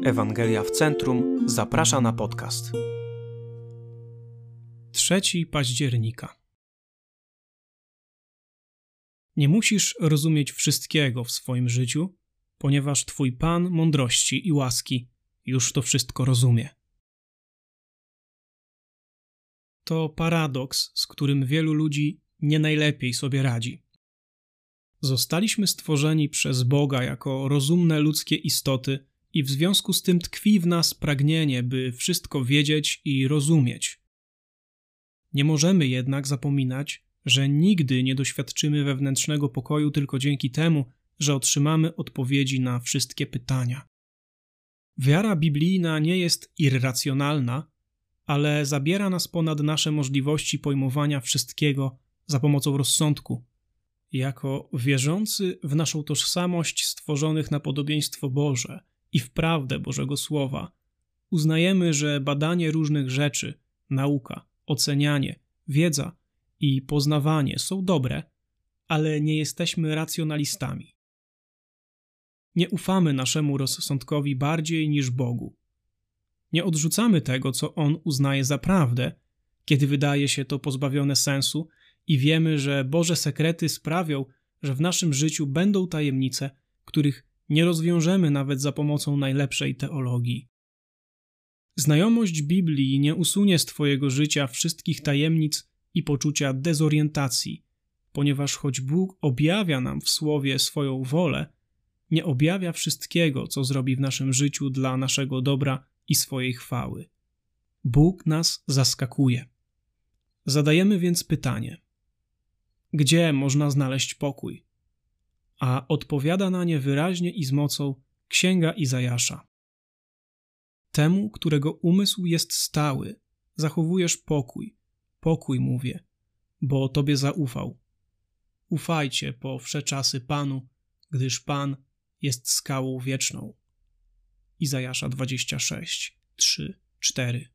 Ewangelia w Centrum zaprasza na podcast. 3 października. Nie musisz rozumieć wszystkiego w swoim życiu, ponieważ Twój Pan mądrości i łaski już to wszystko rozumie. To paradoks, z którym wielu ludzi nie najlepiej sobie radzi. Zostaliśmy stworzeni przez Boga jako rozumne ludzkie istoty i w związku z tym tkwi w nas pragnienie, by wszystko wiedzieć i rozumieć. Nie możemy jednak zapominać, że nigdy nie doświadczymy wewnętrznego pokoju tylko dzięki temu, że otrzymamy odpowiedzi na wszystkie pytania. Wiara biblijna nie jest irracjonalna, ale zabiera nas ponad nasze możliwości pojmowania wszystkiego za pomocą rozsądku. Jako wierzący w naszą tożsamość stworzonych na podobieństwo Boże i w prawdę Bożego Słowa, uznajemy, że badanie różnych rzeczy, nauka, ocenianie, wiedza i poznawanie są dobre, ale nie jesteśmy racjonalistami. Nie ufamy naszemu rozsądkowi bardziej niż Bogu. Nie odrzucamy tego, co On uznaje za prawdę, kiedy wydaje się to pozbawione sensu i wiemy, że Boże sekrety sprawią, że w naszym życiu będą tajemnice, których nie rozwiążemy nawet za pomocą najlepszej teologii. Znajomość Biblii nie usunie z Twojego życia wszystkich tajemnic i poczucia dezorientacji, ponieważ choć Bóg objawia nam w Słowie swoją wolę, nie objawia wszystkiego, co zrobi w naszym życiu dla naszego dobra i swojej chwały. Bóg nas zaskakuje. Zadajemy więc pytanie: gdzie można znaleźć pokój? A odpowiada na nie wyraźnie i z mocą Księga Izajasza. Temu, którego umysł jest stały, zachowujesz pokój. Pokój, mówię, bo Tobie zaufał. Ufajcie po wsze czasy Panu, gdyż Pan jest skałą wieczną. Izajasza 26, 3, 4.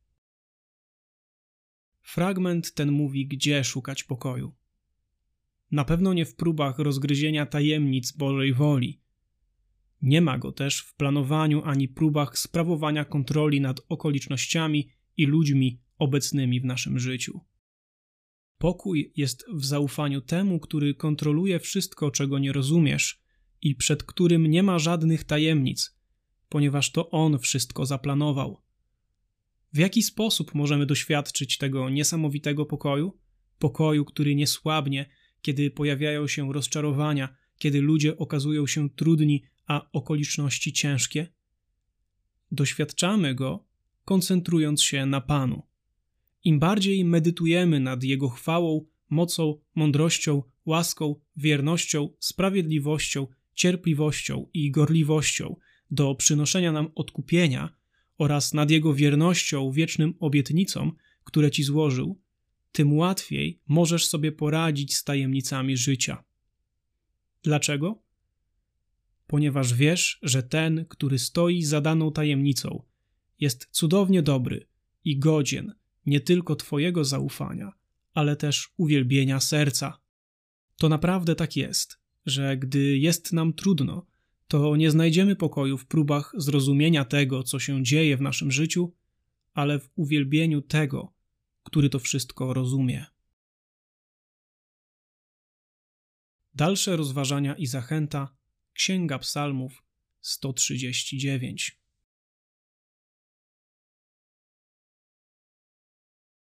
Fragment ten mówi, gdzie szukać pokoju. Na pewno nie w próbach rozgryzienia tajemnic Bożej woli. Nie ma go też w planowaniu ani próbach sprawowania kontroli nad okolicznościami i ludźmi obecnymi w naszym życiu. Pokój jest w zaufaniu temu, który kontroluje wszystko, czego nie rozumiesz i przed którym nie ma żadnych tajemnic, ponieważ to On wszystko zaplanował. W jaki sposób możemy doświadczyć tego niesamowitego pokoju? Pokoju, który nie słabnie, kiedy pojawiają się rozczarowania, kiedy ludzie okazują się trudni, a okoliczności ciężkie? Doświadczamy go, koncentrując się na Panu. Im bardziej medytujemy nad Jego chwałą, mocą, mądrością, łaską, wiernością, sprawiedliwością, cierpliwością i gorliwością do przynoszenia nam odkupienia oraz nad Jego wiernością wiecznym obietnicom, które Ci złożył, tym łatwiej możesz sobie poradzić z tajemnicami życia. Dlaczego? Ponieważ wiesz, że ten, który stoi za daną tajemnicą, jest cudownie dobry i godzien nie tylko Twojego zaufania, ale też uwielbienia serca. To naprawdę tak jest, że gdy jest nam trudno, to nie znajdziemy pokoju w próbach zrozumienia tego, co się dzieje w naszym życiu, ale w uwielbieniu tego, który to wszystko rozumie. Dalsze rozważania i zachęta. Księga Psalmów 139.